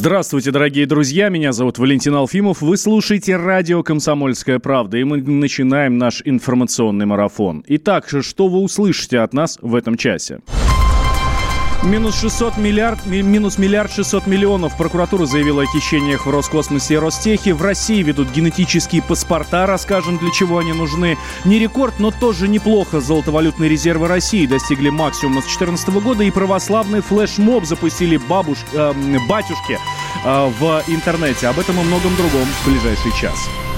Здравствуйте, дорогие друзья, меня зовут Валентин Алфимов, вы слушаете радио «Комсомольская правда», и мы начинаем наш информационный марафон. Итак, что вы услышите от нас в этом часе? Минус миллиард 600 миллионов. Прокуратура заявила о хищениях в Роскосмосе и Ростехе. В России ведут генетические паспорта. Расскажем, для чего они нужны. Не рекорд, но тоже неплохо. Золотовалютные резервы России достигли максимума с 2014 года. И православный флешмоб запустили батюшки в интернете. Об этом и многом другом в ближайший час.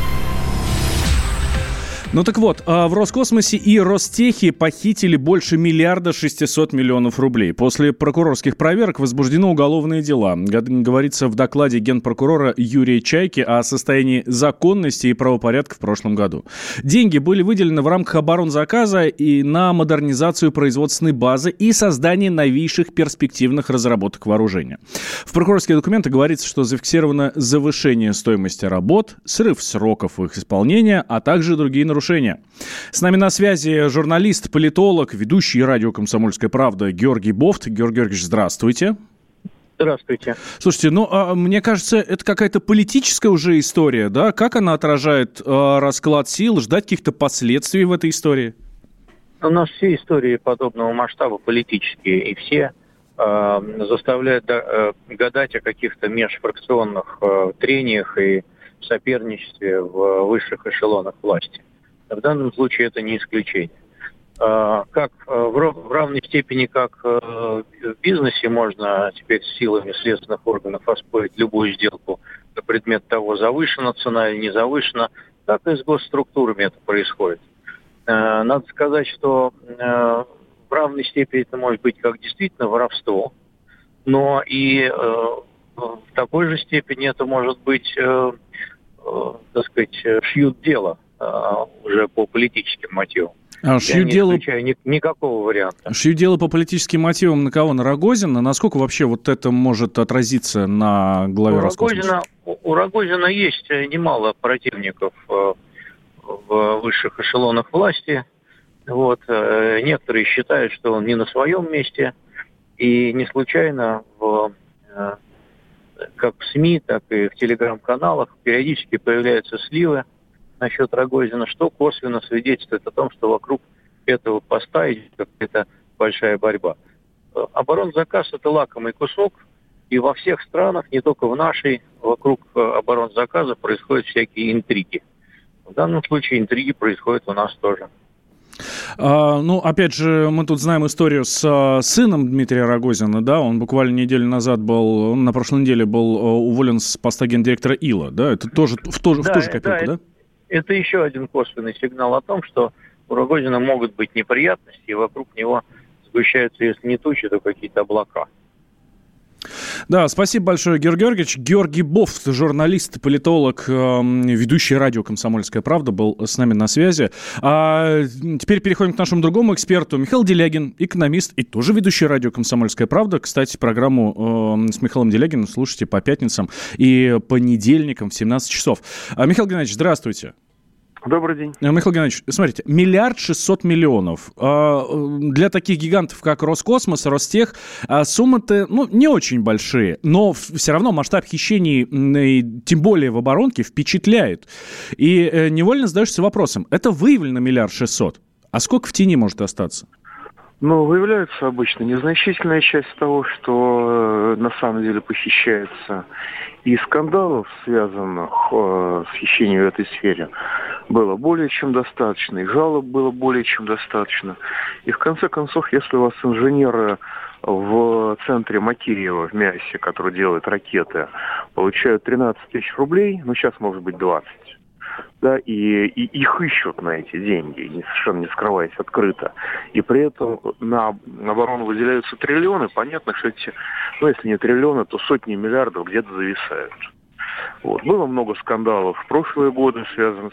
Ну так вот, в Роскосмосе и Ростехе похитили больше 1 600 000 000 рублей. После прокурорских проверок возбуждены уголовные дела. Говорится в докладе генпрокурора Юрия Чайки о состоянии законности и правопорядка в прошлом году. Деньги были выделены в рамках оборонзаказа и на модернизацию производственной базы и создание новейших перспективных разработок вооружения. В прокурорских документах говорится, что зафиксировано завышение стоимости работ, срыв сроков их исполнения, а также другие нарушения. С нами на связи журналист, политолог, ведущий радио «Комсомольская правда» Георгий Бофт. Георгий Георгиевич, здравствуйте. Здравствуйте. Слушайте, мне кажется, это какая-то политическая уже история, да? Как она отражает расклад сил, ждать каких-то последствий в этой истории? У нас все истории подобного масштаба политические, и все заставляют гадать о каких-то межфракционных трениях и соперничестве в высших эшелонах власти. В данном случае это не исключение. Как в равной степени, как в бизнесе можно теперь силами следственных органов оспорить любую сделку на предмет того, завышена цена или не завышена, так и с госструктурами это происходит. Надо сказать, что в равной степени это может быть как действительно воровство, но и в такой же степени это может быть, шьют дело уже по политическим мотивам. Я не исключаю никакого варианта. Шьют дело по политическим мотивам на кого? На Рогозина? Насколько вообще вот это может отразиться на главе Роскосмоса? У Рогозина есть немало противников в высших эшелонах власти. Некоторые считают, что он не на своем месте. И не случайно как в СМИ, так и в телеграм-каналах периодически появляются сливы насчет Рогозина, что косвенно свидетельствует о том, что вокруг этого поста идет какая-то большая борьба. Оборонзаказ – это лакомый кусок, и во всех странах, не только в нашей, вокруг оборонзаказа происходят всякие интриги. В данном случае интриги происходят у нас тоже. Опять же, мы тут знаем историю с сыном Дмитрия Рогозина, да, он буквально неделю назад на прошлой неделе был уволен с поста гендиректора ИЛа, да, это тоже в ту же копилку, да? Это еще один косвенный сигнал о том, что у Рогозина могут быть неприятности, и вокруг него сгущаются, если не тучи, то какие-то облака. Да, спасибо большое, Георгий Георгиевич. Георгий Бофт, журналист, политолог, ведущий радио «Комсомольская правда», был с нами на связи. А теперь переходим к нашему другому эксперту. Михаил Делягин, экономист и тоже ведущий радио «Комсомольская правда». Кстати, программу с Михаилом Делягиным слушайте по пятницам и понедельникам в 17 часов. Михаил Геннадьевич, здравствуйте. Добрый день. Михаил Геннадьевич, смотрите, 1 600 000 000. Для таких гигантов, как Роскосмос, Ростех, суммы-то не очень большие, но все равно масштаб хищений, тем более в оборонке, впечатляет. И невольно задаешься вопросом, это выявлено 1 600 000, а сколько в тени может остаться? Выявляется обычно незначительная часть того, что на самом деле похищается. И скандалов, связанных с хищением в этой сфере, было более чем достаточно, и жалоб было более чем достаточно. И в конце концов, если у вас инженеры в центре Макеева в МИАСе, который делает ракеты, получают 13 000 рублей, сейчас может быть 20. Да, и их ищут на эти деньги, совершенно не скрываясь открыто. И при этом на оборону выделяются триллионы. Понятно, что эти, если не триллионы, то сотни миллиардов где-то зависают. Было много скандалов в прошлые годы, связанных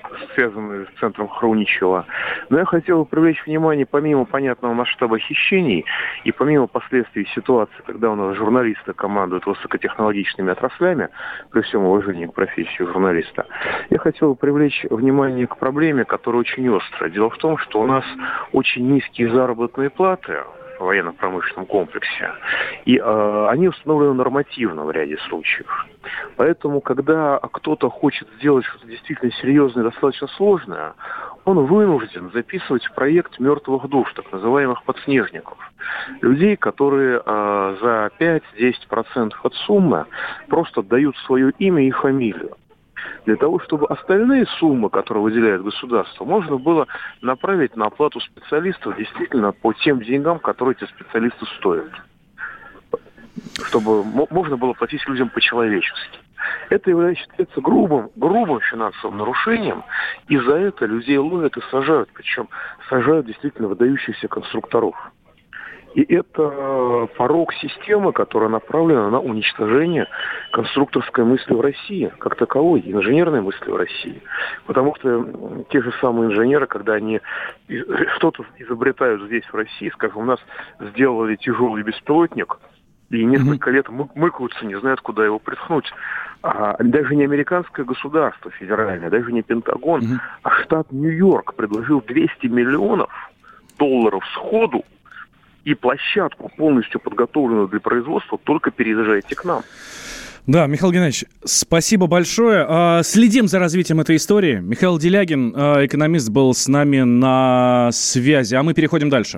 с центром Хруничева. Но я хотел бы привлечь внимание, помимо понятного масштаба хищений и помимо последствий ситуации, когда у нас журналисты командуют высокотехнологичными отраслями, при всем уважении к профессии журналиста, я хотел бы привлечь внимание к проблеме, которая очень острая. Дело в том, что у нас очень низкие заработные платы в военно-промышленном комплексе. И они установлены нормативно в ряде случаев. Поэтому, когда кто-то хочет сделать что-то действительно серьезное и достаточно сложное, он вынужден записывать в проект мертвых душ, так называемых подснежников. Людей, которые за 5-10% от суммы просто дают свое имя и фамилию. Для того, чтобы остальные суммы, которые выделяет государство, можно было направить на оплату специалистов действительно по тем деньгам, которые эти специалисты стоят. Чтобы можно было платить людям по-человечески. Это считается грубым финансовым нарушением, и за это людей ловят и сажают, причем сажают действительно выдающихся конструкторов. И это порог системы, которая направлена на уничтожение конструкторской мысли в России, как таковой, инженерной мысли в России. Потому что те же самые инженеры, когда они что-то изобретают здесь, в России, скажем, у нас сделали тяжелый беспилотник, и несколько лет мыкаются, не знают, куда его приткнуть. Даже не американское государство федеральное, даже не Пентагон, а штат Нью-Йорк предложил $200 миллионов сходу и площадку, полностью подготовленную для производства, только переезжайте к нам. Да, Михаил Геннадьевич, спасибо большое. Следим за развитием этой истории. Михаил Делягин, экономист, был с нами на связи. А мы переходим дальше.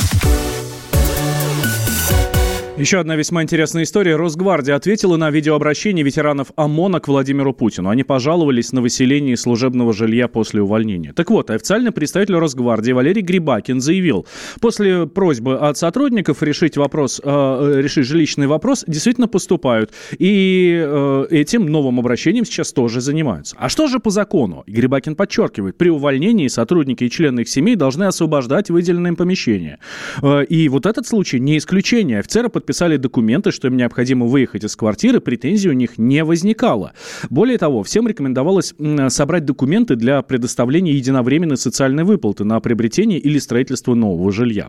Еще одна весьма интересная история. Росгвардия ответила на видеообращение ветеранов ОМОНа к Владимиру Путину. Они пожаловались на выселение служебного жилья после увольнения. Так вот, официальный представитель Росгвардии Валерий Грибакин заявил, после просьбы от сотрудников решить жилищный вопрос, действительно поступают. И этим новым обращением сейчас тоже занимаются. А что же по закону? Грибакин подчеркивает, при увольнении сотрудники и члены их семей должны освобождать выделенные им помещения. И вот этот случай не исключение. Офицеры подписали документы, что им необходимо выехать из квартиры, претензий у них не возникало. Более того, всем рекомендовалось собрать документы для предоставления единовременной социальной выплаты на приобретение или строительство нового жилья.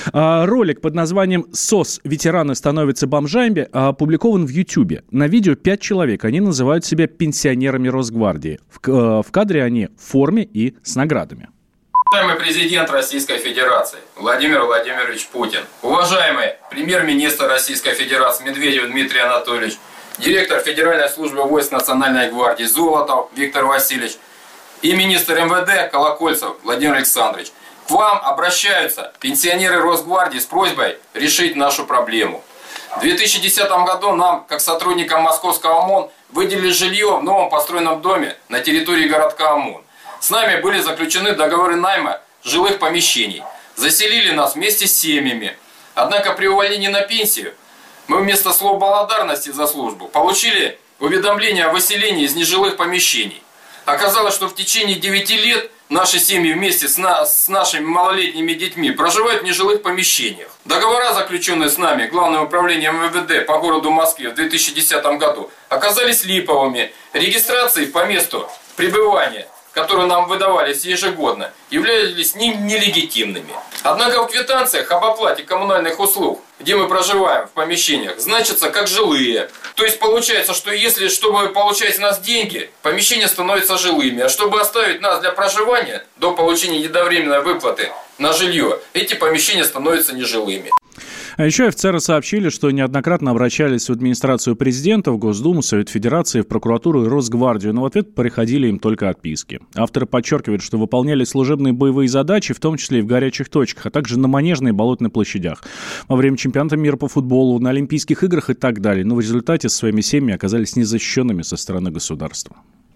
Ролик под названием «СОС. Ветераны становятся бомжами» опубликован в Ютьюбе. На видео 5 человек. Они называют себя пенсионерами Росгвардии. В кадре они в форме и с наградами. Уважаемый президент Российской Федерации Владимир Владимирович Путин, уважаемый премьер-министр Российской Федерации Медведев Дмитрий Анатольевич, директор Федеральной службы войск Национальной гвардии Золотов Виктор Васильевич и министр МВД Колокольцев Владимир Александрович, к вам обращаются пенсионеры Росгвардии с просьбой решить нашу проблему. В 2010 году нам, как сотрудникам московского ОМОН, выделили жилье в новом построенном доме на территории городка ОМОН. С нами были заключены договоры найма жилых помещений. Заселили нас вместе с семьями. Однако при увольнении на пенсию мы вместо слов благодарности за службу получили уведомление о выселении из нежилых помещений. Оказалось, что в течение 9 лет наши семьи вместе с нашими малолетними детьми проживают в нежилых помещениях. Договора, заключенные с нами Главным управлением МВД по городу Москве в 2010 году, оказались липовыми. Регистрации по месту пребывания, которые нам выдавались ежегодно, являлись нелегитимными. Однако в квитанциях об оплате коммунальных услуг, где мы проживаем в помещениях, значатся как жилые. То есть получается, что чтобы получать у нас деньги, помещения становятся жилыми, а чтобы оставить нас для проживания до получения единовременной выплаты на жилье, эти помещения становятся нежилыми. А еще офицеры сообщили, что неоднократно обращались в администрацию президента, в Госдуму, Совет Федерации, в прокуратуру и Росгвардию, но в ответ приходили им только отписки. Авторы подчеркивают, что выполняли служебные боевые задачи, в том числе и в горячих точках, а также на Манежной и Болотной площадях, во время чемпионата мира по футболу, на Олимпийских играх и так далее. Но в результате со своими семьями оказались незащищенными со стороны государства.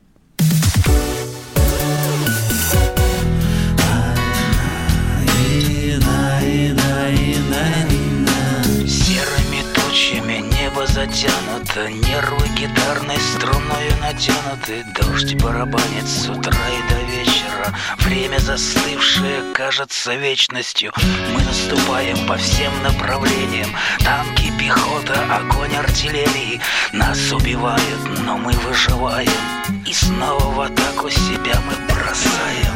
Затянуто, нервы гитарной струною натянуты. Дождь барабанит с утра и до вечера. Время застывшее кажется вечностью. Мы наступаем по всем направлениям. Танки, пехота, огонь артиллерии. Нас убивают, но мы выживаем. И снова в атаку себя мы бросаем.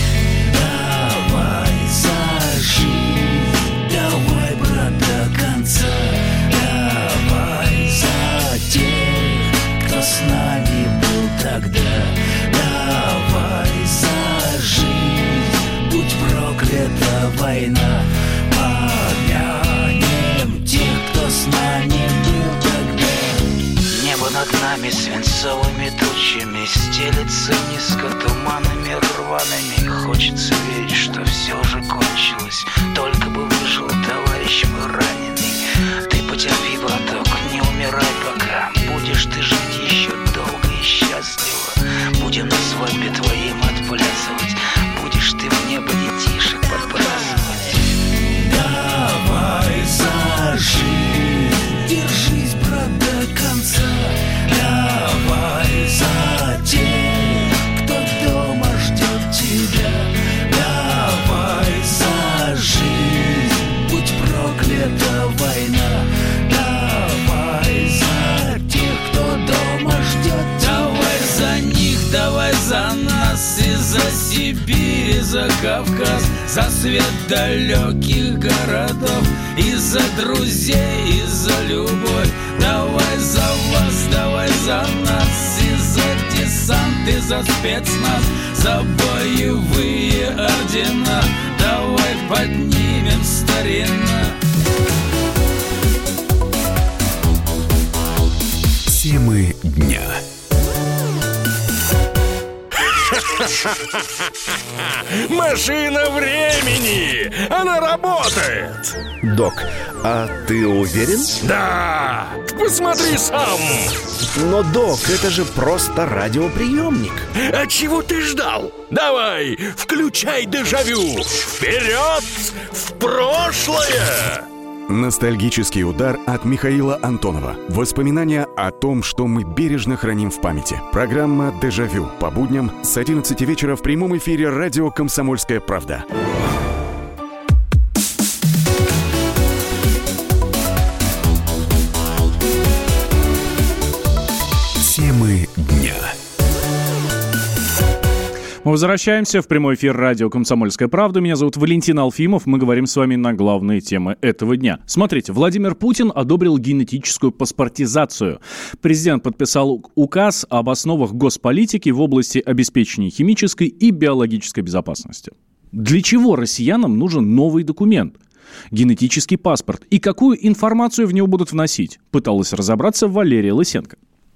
Давай за жизнь, давай, брат, до конца. Тех, кто с нами был тогда. Давай за жизнь, будь проклята война. Помянем стелется низко туманами рваными. Хочется верить, что все уже кончилось. Только бы выжил товарищ мой раненый. Ты потерпи, браток, не умирай пока. Будешь ты жить еще долго и счастливо. Будем на свадьбе твоим отплясывать. Будешь ты в небо детишек подбрасывать. Давай зажить, держись, брат, до конца. Давай за тех, кто дома ждет тебя. Давай за жизнь, будь проклята война. Давай за тех, кто дома ждет тебя. Давай за них, давай за нас и за Сибирь, и за Кавказ, за свет далеких городов, и за друзей, и за любовь. Давай за вас, давай за нас, и за десант, и за спецназ, за боевые ордена. Давай поднимем старина. Темы дня. Машина времени! Она работает! Док, а ты уверен? Да! Посмотри сам! Но, док, это же просто радиоприемник. А чего ты ждал? Давай, включай дежавю! Вперед! В прошлое! Ностальгический удар от Михаила Антонова. Воспоминания о том, что мы бережно храним в памяти. Программа «Дежавю» по будням с 11 вечера в прямом эфире радио «Комсомольская правда». Темы дня. Мы возвращаемся в прямой эфир радио «Комсомольская правда». Меня зовут Валентин Алфимов. Мы говорим с вами на главные темы этого дня. Смотрите, Владимир Путин одобрил генетическую паспортизацию. Президент подписал указ об основах госполитики в области обеспечения химической и биологической безопасности. Для чего россиянам нужен новый документ? Генетический паспорт. И какую информацию в него будут вносить? Пыталась разобраться Валерия Лысенко.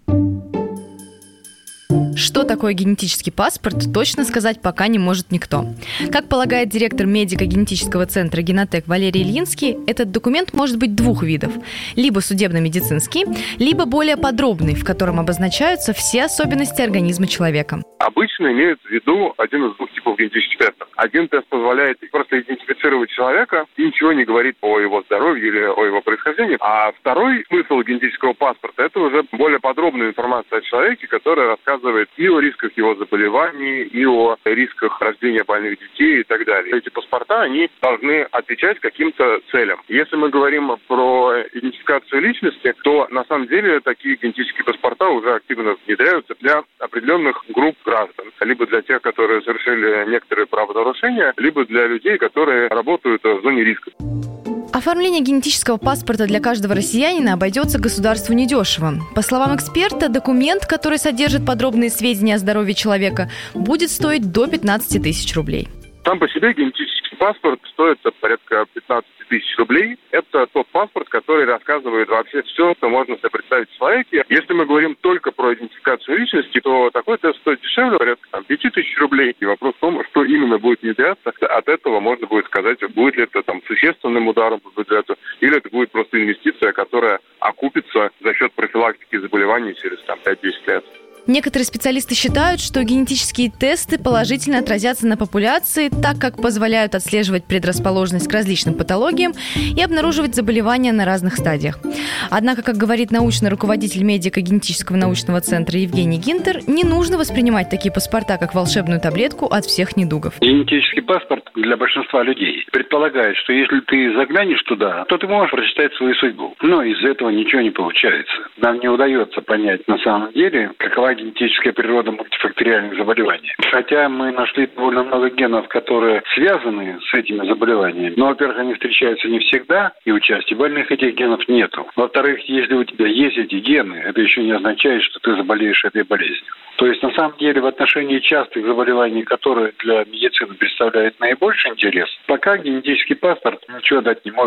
Что такое генетический паспорт, точно сказать пока не может никто. Как полагает директор медико-генетического центра «Генотек» Валерий Ильинский, этот документ может быть двух видов. Либо судебно-медицинский, либо более подробный, в котором обозначаются все особенности организма человека. Обычно имеют в виду один из двух типов генетических тестов. Один тест позволяет просто идентифицировать человека и ничего не говорит о его здоровье или о его происхождении. А второй смысл генетического паспорта – это уже более подробная информация о человеке, которая рассказывает и о рисках его заболеваний, и о рисках рождения больных детей и так далее. Эти паспорта, они должны отвечать каким-то целям. Если мы говорим про идентификацию личности, то на самом деле такие генетические паспорта уже активно внедряются для определенных групп граждан. Либо для тех, которые совершили некоторые правонарушения, либо для людей, которые работают в зоне риска. Оформление генетического паспорта для каждого россиянина обойдется государству недешево. По словам эксперта, документ, который содержит подробные сведения о здоровье человека, будет стоить до 15 тысяч рублей. Сам по себе генетический паспорт стоит порядка 15 тысяч рублей. Это тот паспорт, который рассказывает вообще все, что можно себе представить в человеке. Если мы говорим только про идентификацию личности, то такой тест стоит дешевле, порядка 5 тысяч рублей. И вопрос в том, что именно будет внедряться. От этого можно будет сказать, будет ли это существенным ударом по бюджету, или это будет просто инвестиция, которая окупится за счет профилактики заболеваний через 5-10 лет. Некоторые специалисты считают, что генетические тесты положительно отразятся на популяции, так как позволяют отслеживать предрасположенность к различным патологиям и обнаруживать заболевания на разных стадиях. Однако, как говорит научный руководитель медико-генетического научного центра Евгений Гинтер, не нужно воспринимать такие паспорта как волшебную таблетку от всех недугов. Генетический паспорт для большинства людей предполагает, что если ты заглянешь туда, то ты можешь прочитать свою судьбу. Но из этого ничего не получается. Нам не удается понять на самом деле, какова генетическая природа мультифакториальных заболеваний. Хотя мы нашли довольно много генов, которые связаны с этими заболеваниями. Но, во-первых, они встречаются не всегда, и у части больных этих генов нету. Во-вторых, если у тебя есть эти гены, это еще не означает, что ты заболеешь этой болезнью. То есть, на самом деле, в отношении частых заболеваний, которые для медицины представляют наибольший интерес, пока генетический паспорт ничего дать не может.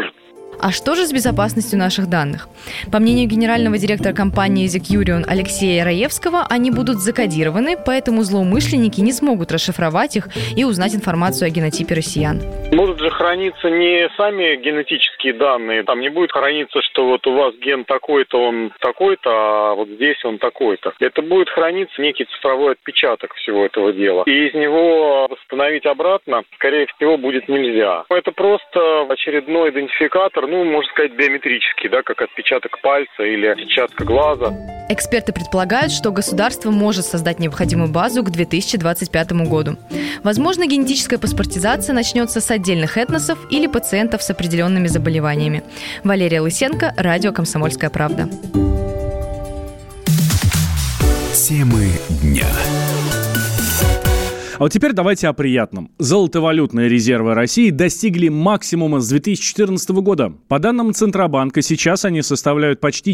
А что же с безопасностью наших данных? По мнению генерального директора компании Securion Алексея Раевского, они будут закодированы, поэтому злоумышленники не смогут расшифровать их и узнать информацию о генотипе россиян. Будут же храниться не сами генетические данные, там не будет храниться, что вот у вас ген такой-то, он такой-то, а вот здесь он такой-то. Это будет храниться некий цифровой отпечаток всего этого дела. И из него восстановить обратно, скорее всего, будет нельзя. Это просто очередной идентификатор, можно сказать, биометрический, да, как отпечаток пальца или отпечатка глаза. Эксперты предполагают, что государство может создать необходимую базу к 2025 году. Возможно, генетическая паспортизация начнется с отдельных этносов или пациентов с определенными заболеваниями. Валерия Лысенко, радио «Комсомольская правда». Темы дня. А вот теперь давайте о приятном. Золотовалютные резервы России достигли максимума с 2014 года. По данным Центробанка, сейчас они составляют почти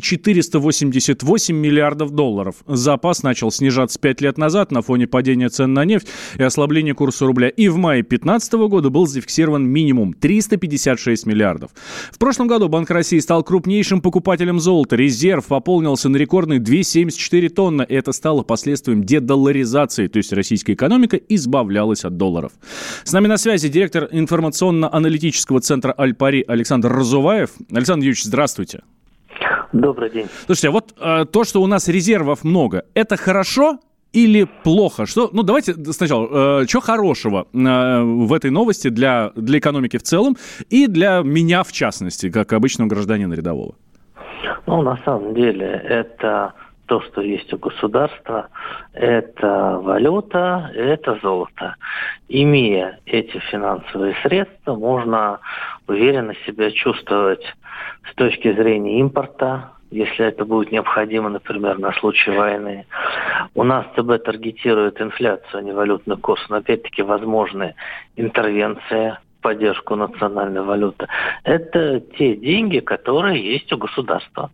488 миллиардов долларов. Запас начал снижаться 5 лет назад на фоне падения цен на нефть и ослабления курса рубля. И в мае 2015 года был зафиксирован минимум 356 миллиардов. В прошлом году Банк России стал крупнейшим покупателем золота. Резерв пополнился на рекордные 274 тонны. И это стало последствием дедолларизации, то есть российская экономика избавлялась от долларов. С нами на связи директор информационно-аналитического центра «Аль-Пари» Александр Разуваев. Александр Юрьевич, здравствуйте. Добрый день. Слушайте, а вот то, что у нас резервов много, это хорошо или плохо? Давайте сначала, что хорошего в этой новости для экономики в целом и для меня в частности, как обычного гражданина рядового? На самом деле, это то, что есть у государства, это валюта, это золото. Имея эти финансовые средства, можно уверенно себя чувствовать с точки зрения импорта, если это будет необходимо, например, на случай войны. У нас ЦБ таргетирует инфляцию, а не валютный курс, но опять-таки возможны интервенции, поддержку национальной валюты. Это те деньги, которые есть у государства.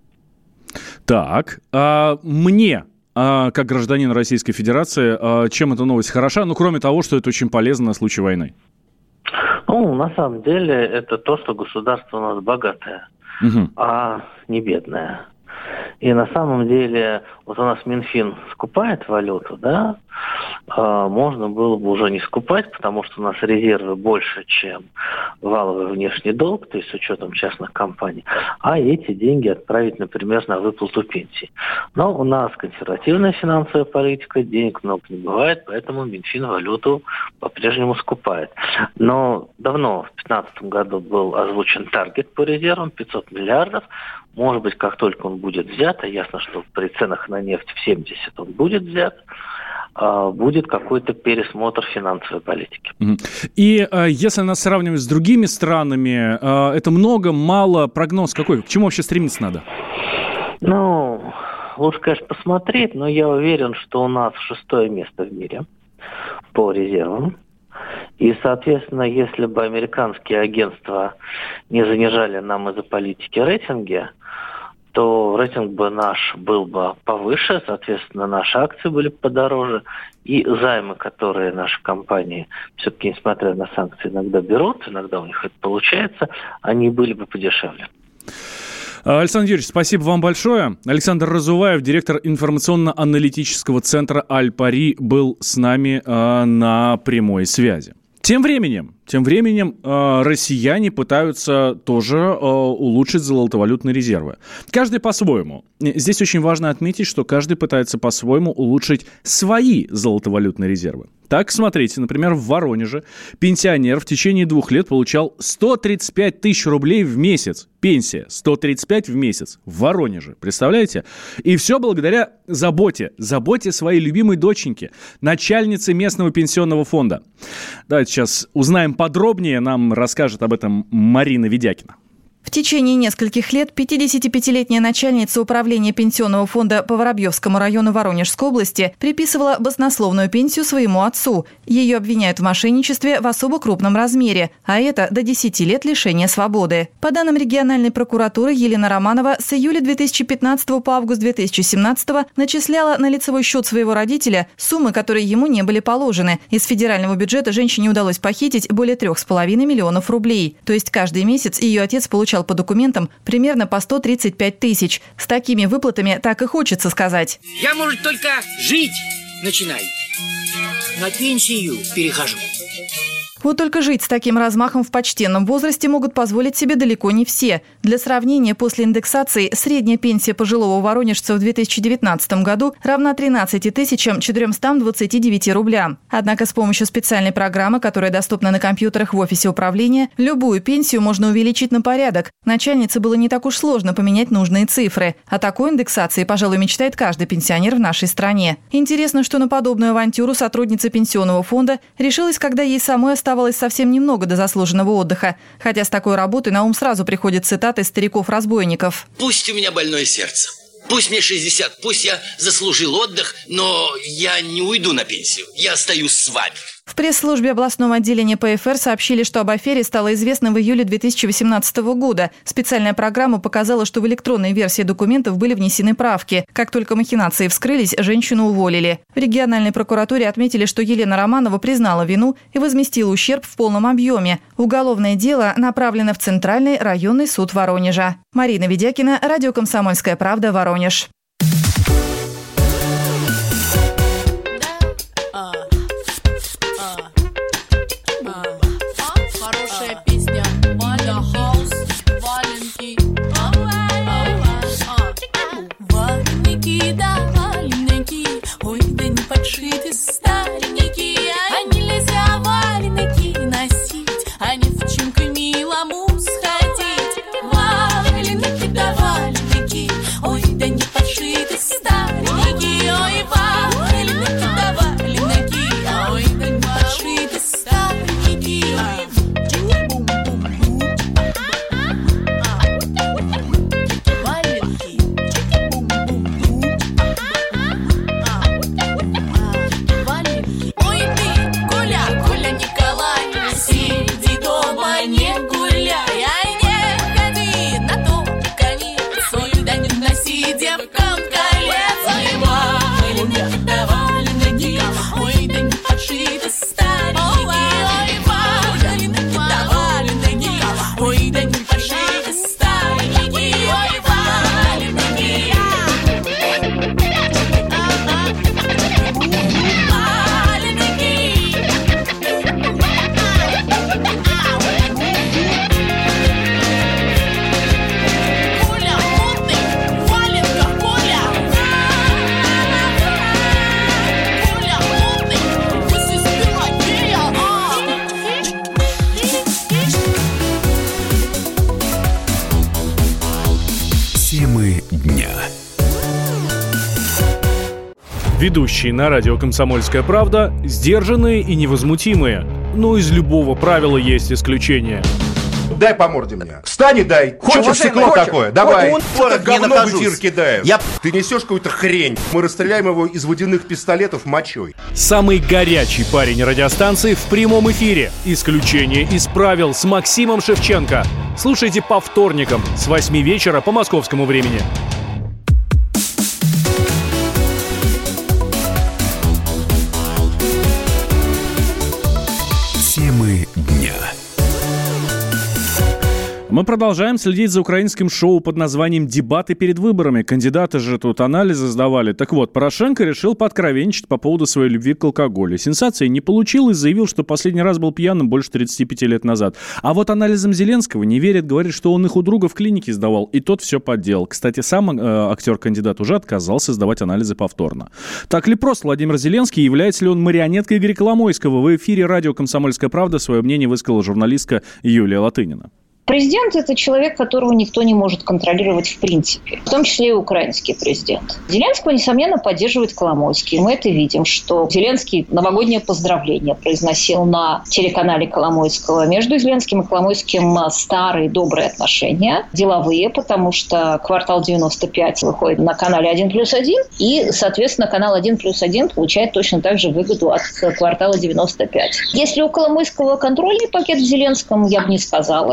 Так, мне, как гражданин Российской Федерации, чем эта новость хороша? Кроме того, что это очень полезно на случай войны. На самом деле, это то, что государство у нас богатое, а не бедное. И на самом деле, вот у нас Минфин скупает валюту, да, можно было бы уже не скупать, потому что у нас резервы больше, чем валовый внешний долг, то есть с учетом частных компаний, а эти деньги отправить, например, на выплату пенсий. Но у нас консервативная финансовая политика, денег много не бывает, поэтому Минфин валюту по-прежнему скупает. Но давно, в 2015 году, был озвучен таргет по резервам 500 миллиардов. Может быть, как только он будет взят, а ясно, что при ценах на нефть в 70 он будет взят, будет какой-то пересмотр финансовой политики. И если нас сравнивать с другими странами, это много, мало, прогноз какой? К чему вообще стремиться надо? Лучше, конечно, посмотреть, но я уверен, что у нас 6-е место в мире по резервам. И, соответственно, если бы американские агентства не занижали нам из-за политики рейтинги, то рейтинг бы наш был бы повыше, соответственно, наши акции были бы подороже, и займы, которые наши компании, все-таки, несмотря на санкции, иногда берут, иногда у них это получается, они были бы подешевле. Александр Юрьевич, спасибо вам большое. Александр Разуваев, директор информационно-аналитического центра «Аль-Пари», был с нами на прямой связи. Тем временем россияне пытаются тоже улучшить золотовалютные резервы. Каждый по-своему. Здесь очень важно отметить, что каждый пытается по-своему улучшить свои золотовалютные резервы. Так, смотрите, например, в Воронеже пенсионер в течение 2 лет получал 135 тысяч рублей в месяц. Пенсия 135 в месяц в Воронеже. Представляете? И все благодаря заботе своей любимой доченьки, начальницы местного пенсионного фонда. Давайте сейчас узнаем подробнее, нам расскажет об этом Марина Ведякина. В течение нескольких лет 55-летняя начальница управления пенсионного фонда по Воробьевскому району Воронежской области приписывала баснословную пенсию своему отцу. Ее обвиняют в мошенничестве в особо крупном размере, а это до 10 лет лишения свободы. По данным региональной прокуратуры, Елена Романова с июля 2015 по август 2017 начисляла на лицевой счет своего родителя суммы, которые ему не были положены. Из федерального бюджета женщине удалось похитить более 3,5 миллионов рублей. То есть каждый месяц ее отец получал получал по документам примерно по 135 тысяч. С такими выплатами так и хочется сказать. Я, может, только жить начинаю. На пенсию перехожу. Вот только жить с таким размахом в почтенном возрасте могут позволить себе далеко не все. Для сравнения, после индексации средняя пенсия пожилого воронежца в 2019 году равна 13 429 рублям. Однако с помощью специальной программы, которая доступна на компьютерах в офисе управления, любую пенсию можно увеличить на порядок. Начальнице было не так уж сложно поменять нужные цифры. О такой индексации, пожалуй, мечтает каждый пенсионер в нашей стране. Интересно, что на подобную авантюру сотрудница пенсионного фонда решилась, когда ей самой оставалось совсем немного до заслуженного отдыха. Хотя с такой работой на ум сразу приходят цитаты стариков-разбойников. Пусть у меня больное сердце, пусть мне 60, пусть я заслужил отдых, но я не уйду на пенсию, я остаюсь с вами. В пресс-службе областного отделения ПФР сообщили, что об афере стало известно в июле 2018 года. Специальная программа показала, что в электронной версии документов были внесены правки. Как только махинации вскрылись, женщину уволили. В региональной прокуратуре отметили, что Елена Романова признала вину и возместила ущерб в полном объеме. Уголовное дело направлено в Центральный районный суд Воронежа. Марина Ведякина, радио «Комсомольская правда», Воронеж. Подшиты старенькие, а нельзя валенки носить, а ни в чем к милому сходить. Валенки да валенки, ой, да не подшиты старенькие, ой, валенки да валенки, ой, да не подшиты старенькие. Ведущие на радио «Комсомольская правда» сдержанные и невозмутимые. Но из любого правила есть исключение. Дай по морде мне. Встань и дай. Хочешь стекло такое? Давай. Что-то говно в эфир кидаешь. Ты несешь какую-то хрень. Мы расстреляем его из водяных пистолетов мочой. Самый горячий парень радиостанции в прямом эфире. Исключение из правил с Максимом Шевченко. Слушайте по вторникам с 8 вечера по московскому времени. Темы дня. Мы продолжаем следить за украинским шоу под названием «Дебаты перед выборами». Кандидаты же тут анализы сдавали. Так вот, Порошенко решил пооткровенничать по поводу своей любви к алкоголю. Сенсации не получилось, заявил, что последний раз был пьяным больше 35 лет назад. А вот анализам Зеленского не верит, говорит, что он их у друга в клинике сдавал, и тот все подделал. Кстати, сам актер-кандидат уже отказался сдавать анализы повторно. Так ли просто Владимир Зеленский? Является ли он марионеткой Игоря Коломойского? В эфире радио «Комсомольская правда» свое мнение высказала журналистка Юлия Латынина. Президент – это человек, которого никто не может контролировать в принципе, в том числе и украинский президент. Зеленского, несомненно, поддерживает Коломойский. Мы это видим, что Зеленский новогоднее поздравление произносил на телеканале Коломойского. Между Зеленским и Коломойским старые добрые отношения, деловые, потому что «Квартал 95» выходит на канале 1+1, и, соответственно, канал 1+1 получает точно так же выгоду от «Квартала 95». Если у Коломойского контрольный пакет в Зеленском, я бы не сказала. Я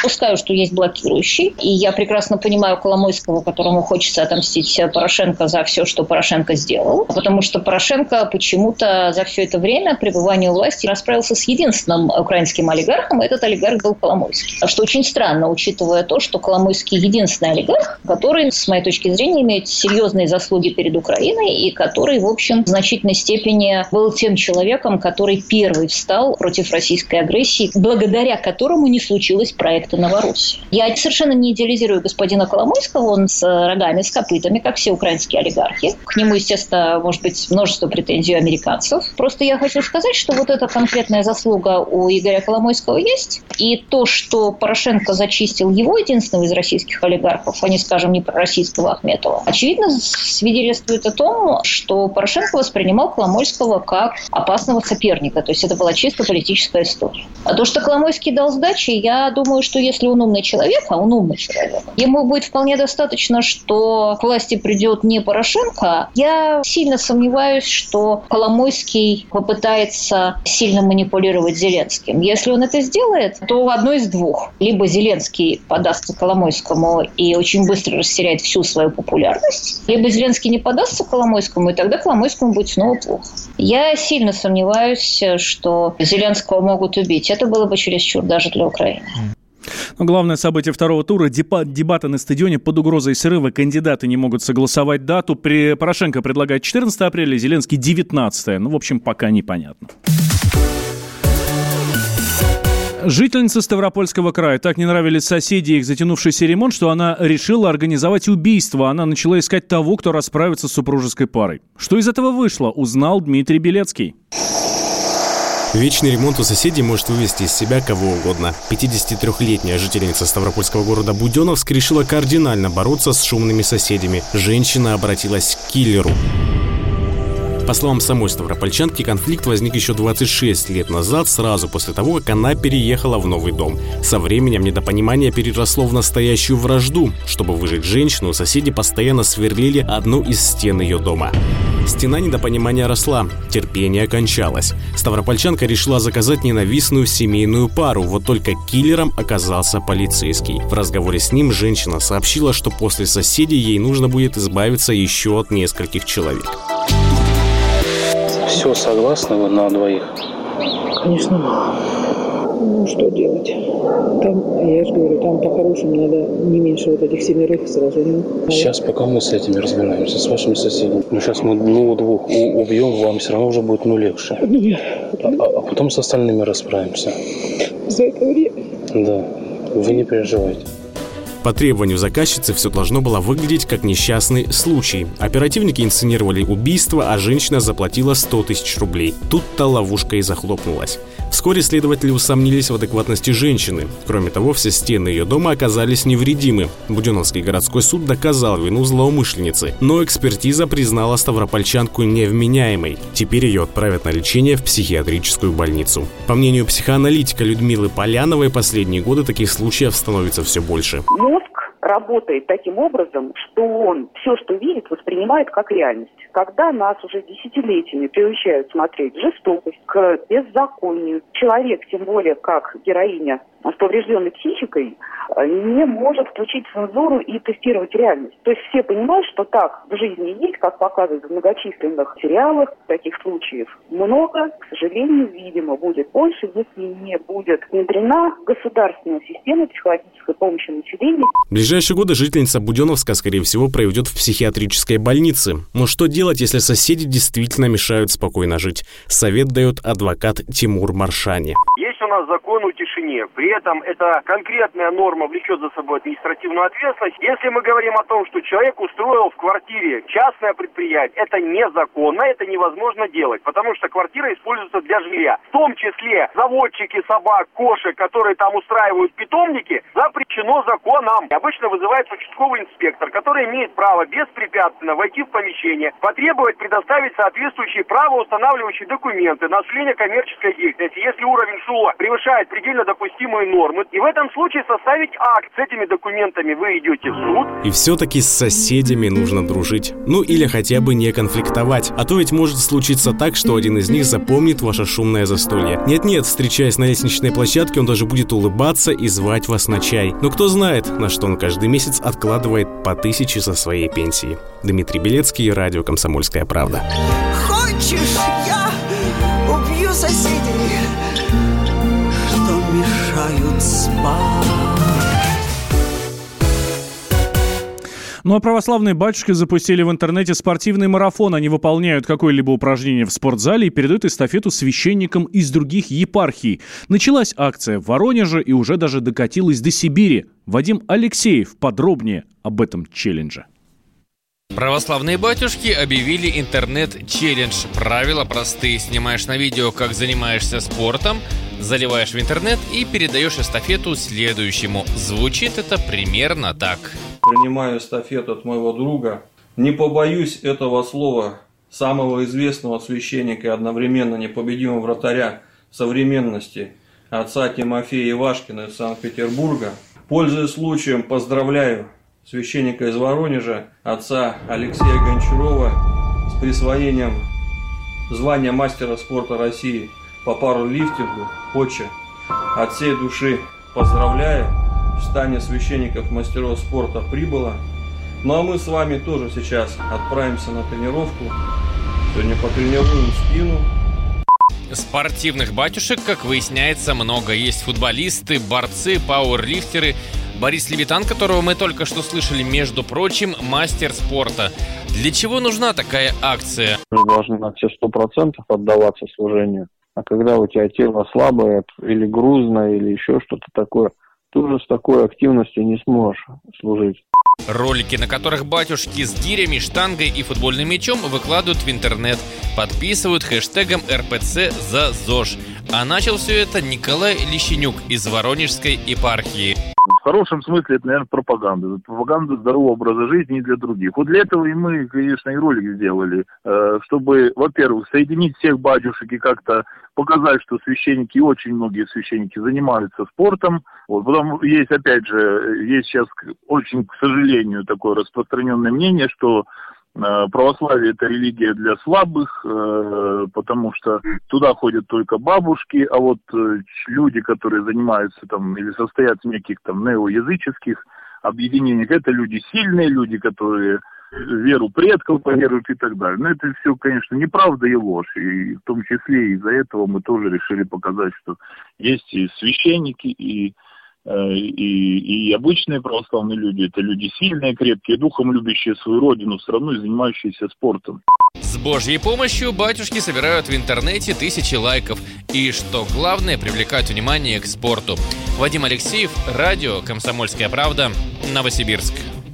допускаю, что есть блокирующий. И я прекрасно понимаю Коломойского, которому хочется отомстить Порошенко за все, что Порошенко сделал. Потому что Порошенко почему-то за все это время пребывания у власти расправился с единственным украинским олигархом, и этот олигарх был Коломойский. Что очень странно, учитывая то, что Коломойский единственный олигарх, который, с моей точки зрения, имеет серьезные заслуги перед Украиной и который, в общем, в значительной степени был тем человеком, который первый встал против российской агрессии, благодаря которому не случилось проекта «Новороссия». Я совершенно не идеализирую господина Коломойского, он с рогами, с копытами, как все украинские олигархи. К нему, естественно, может быть множество претензий у американцев. Просто я хочу сказать, что вот эта конкретная заслуга у Игоря Коломойского есть. И то, что Порошенко зачистил его, единственного из российских олигархов, а не, скажем, не пророссийского Ахметова, очевидно, свидетельствует о том, что Порошенко воспринимал Коломойского как опасного соперника. То есть это была чисто политическая история. А то, что Коломойский дал сдачи, я думаю, что если он умный человек, а он умный человек, ему будет вполне достаточно, что к власти придет не Порошенко. Я сильно сомневаюсь, что Коломойский попытается сильно манипулировать Зеленским. Если он это сделает, то одно из двух. Либо Зеленский подастся Коломойскому и очень быстро растеряет всю свою популярность, либо Зеленский не подастся Коломойскому, и тогда Коломойскому будет снова плохо. Я сильно сомневаюсь, что Зеленского могут убить. Это было бы чересчур даже для Украины. Но главное событие второго тура – дебаты на стадионе под угрозой срыва. Кандидаты не могут согласовать дату. Порошенко предлагает 14 апреля, Зеленский – 19. В общем, пока непонятно. Жительница Ставропольского края. Так не нравились соседи их затянувшийся ремонт, что она решила организовать убийство. Она начала искать того, кто расправится с супружеской парой. Что из этого вышло, узнал Дмитрий Белецкий. Вечный ремонт у соседей может вывести из себя кого угодно. 53-летняя жительница ставропольского города Буденновск решила кардинально бороться с шумными соседями. Женщина обратилась к киллеру. По словам самой ставропольчанки, конфликт возник еще 26 лет назад, сразу после того, как она переехала в новый дом. Со временем недопонимание переросло в настоящую вражду. Чтобы выжить женщину, соседи постоянно сверлили одну из стен ее дома. Стена недопонимания росла, терпение кончалось. Ставропольчанка решила заказать ненавистную семейную пару, вот только киллером оказался полицейский. В разговоре с ним женщина сообщила, что после соседей ей нужно будет избавиться еще от нескольких человек. Все согласны на двоих? Конечно. Ну, что делать? Там, я же говорю, там по-хорошему надо не меньше вот этих 7 сразу. Сейчас пока мы с этими разбираемся, с вашими соседями. Но сейчас мы двух убьем, вам все равно уже будет легче. А потом с остальными расправимся. За это время? Да, вы не переживайте. По требованию заказчицы все должно было выглядеть как несчастный случай. Оперативники инсценировали убийство, а женщина заплатила 100 тысяч рублей. Тут-то ловушка и захлопнулась. Вскоре следователи усомнились в адекватности женщины. Кроме того, все стены ее дома оказались невредимы. Буденновский городской суд доказал вину злоумышленницы, но экспертиза признала ставропольчанку невменяемой. Теперь ее отправят на лечение в психиатрическую больницу. По мнению психоаналитика Людмилы Поляновой, последние годы таких случаев становится все больше. Мозг работает таким образом, что он все, что видит, воспринимает как реальность. Когда нас уже десятилетиями приучают смотреть жестокость, к беззаконию, человек, тем более как героиня с поврежденной психикой, не может включить цензуру и тестировать реальность. То есть все понимают, что так в жизни есть, как показывают в многочисленных сериалах, таких случаев много. К сожалению, видимо, будет больше, если не будет внедрена государственная система психологической помощи населению. В ближайшие годы жительница Буденновска, скорее всего, проведет в психиатрической больнице. Но что делать, если соседи действительно мешают спокойно жить? Совет дает адвокат Тимур Маршани. Есть у нас закон о тишине. При этом эта конкретная норма влечет за собой административную ответственность. Если мы говорим о том, что человек устроил в квартире частное предприятие, это незаконно, это невозможно делать, потому что квартира используется для жилья. В том числе заводчики собак, кошек, которые там устраивают питомники, запрещено законом. Обычно вызывается участковый инспектор, который имеет право беспрепятственно войти в помещение, потребовать предоставить соответствующие правоустанавливающие документы на осуществление коммерческой деятельности. Если уровень шума превышает предельно допустимые нормы. И в этом случае составить акт. С этими документами вы идете в суд. И все-таки с соседями нужно дружить. Ну или хотя бы не конфликтовать. А то ведь может случиться так, что один из них запомнит ваше шумное застолье. Нет-нет, встречаясь на лестничной площадке, он даже будет улыбаться и звать вас на чай. Но кто знает, на что он каждый месяц откладывает по 1000 со своей пенсии. Дмитрий Белецкий, радио «Комсомольская правда». Хочешь, я убью соседей, что мешают спать. Ну а православные батюшки запустили в интернете спортивный марафон. Они выполняют какое-либо упражнение в спортзале и передают эстафету священникам из других епархий. Началась акция в Воронеже и уже даже докатилась до Сибири. Вадим Алексеев подробнее об этом челлендже. Православные батюшки объявили интернет-челлендж. Правила простые. Снимаешь на видео, как занимаешься спортом, заливаешь в интернет и передаешь эстафету следующему. Звучит это примерно так. Принимаю эстафету от моего друга. Не побоюсь этого слова, самого известного священника и одновременно непобедимого вратаря современности, отца Тимофея Ивашкина из Санкт-Петербурга. Пользуясь случаем, поздравляю священника из Воронежа, отца Алексея Гончарова, с присвоением звания мастера спорта России по пауэрлифтингу. Отче, от всей души поздравляю. В стане священников-мастеров спорта прибыло. Ну а мы с вами тоже сейчас отправимся на тренировку. Сегодня потренируем спину. Спортивных батюшек, как выясняется, много. Есть футболисты, борцы, пауэрлифтеры. Борис Левитан, которого мы только что слышали, между прочим, мастер спорта. Для чего нужна такая акция? Вы должны на все 100% отдаваться служению. А когда у тебя тело слабое или грузное, или еще что-то такое, ты уже с такой активностью не сможешь служить. Ролики, на которых батюшки с гирями, штангой и футбольным мячом выкладывают в интернет, подписывают хэштегом РПЦ за ЗОЖ. А начал все это Николай Лещенюк из Воронежской епархии. В хорошем смысле это, наверное, пропаганда. Пропаганда здорового образа жизни и для других. Вот для этого и мы, конечно, и ролик сделали, чтобы, во-первых, соединить всех батюшек и как-то показать, что священники, очень многие священники занимаются спортом. Вот. Потом есть, опять же, есть сейчас очень, к сожалению, такое распространенное мнение, что православие – это религия для слабых, потому что туда ходят только бабушки, а вот люди, которые занимаются там или состоят в неких там неоязыческих объединениях, это люди сильные, люди, которые веру предков поверуют и так далее. Но это все, конечно, неправда и ложь. И в том числе из-за этого мы тоже решили показать, что есть и священники, и обычные православные люди. Это люди сильные, крепкие, духом любящие свою родину, все равно и занимающиеся спортом. С Божьей помощью батюшки собирают в интернете 1000 лайков. И, что главное, привлекают внимание к спорту. Вадим Алексеев, радио «Комсомольская правда», Новосибирск.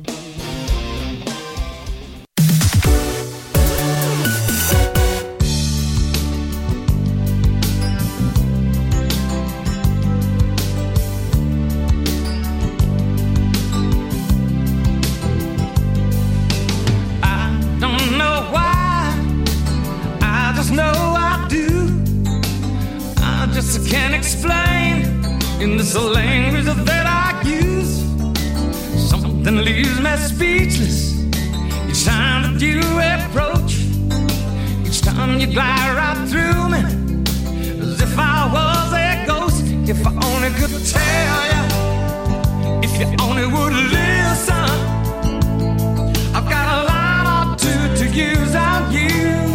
Can't explain in this language that I use. Something leaves me speechless each time that you approach. Each time you glide right through me as if I was a ghost. If I only could tell you, if you only would listen. I've got a line or two to use on you.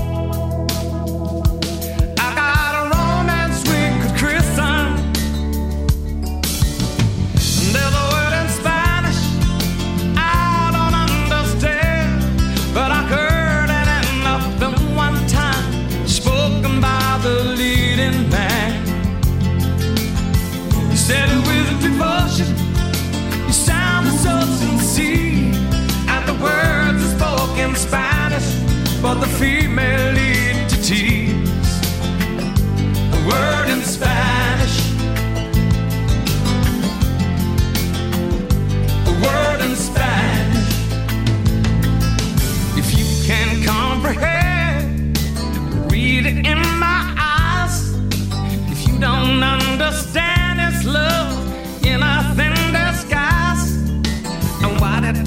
Said it with devotion, you sounded so sincere, and the words are spoken Spanish, but the female entities. A word in Spanish, a word in Spanish. If you can comprehend, read it in my eyes. If you don't understand,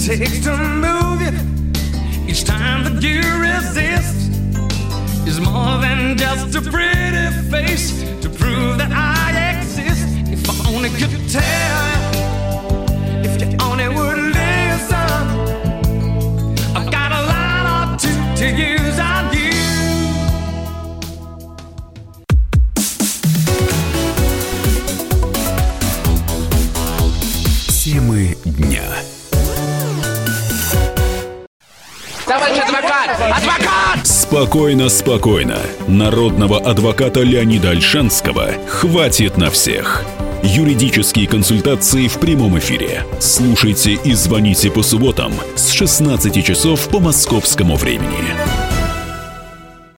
takes to move you each time that you resist is more than just a pretty face to prove that I exist. If I only could tell you, if you only would listen, I got a line or two to use on you. Темы дня. Товарищ адвокат! Адвокат! Спокойно, спокойно. Народного адвоката Леонида Ольшанского хватит на всех. Юридические консультации в прямом эфире. Слушайте и звоните по субботам с 16 часов по московскому времени.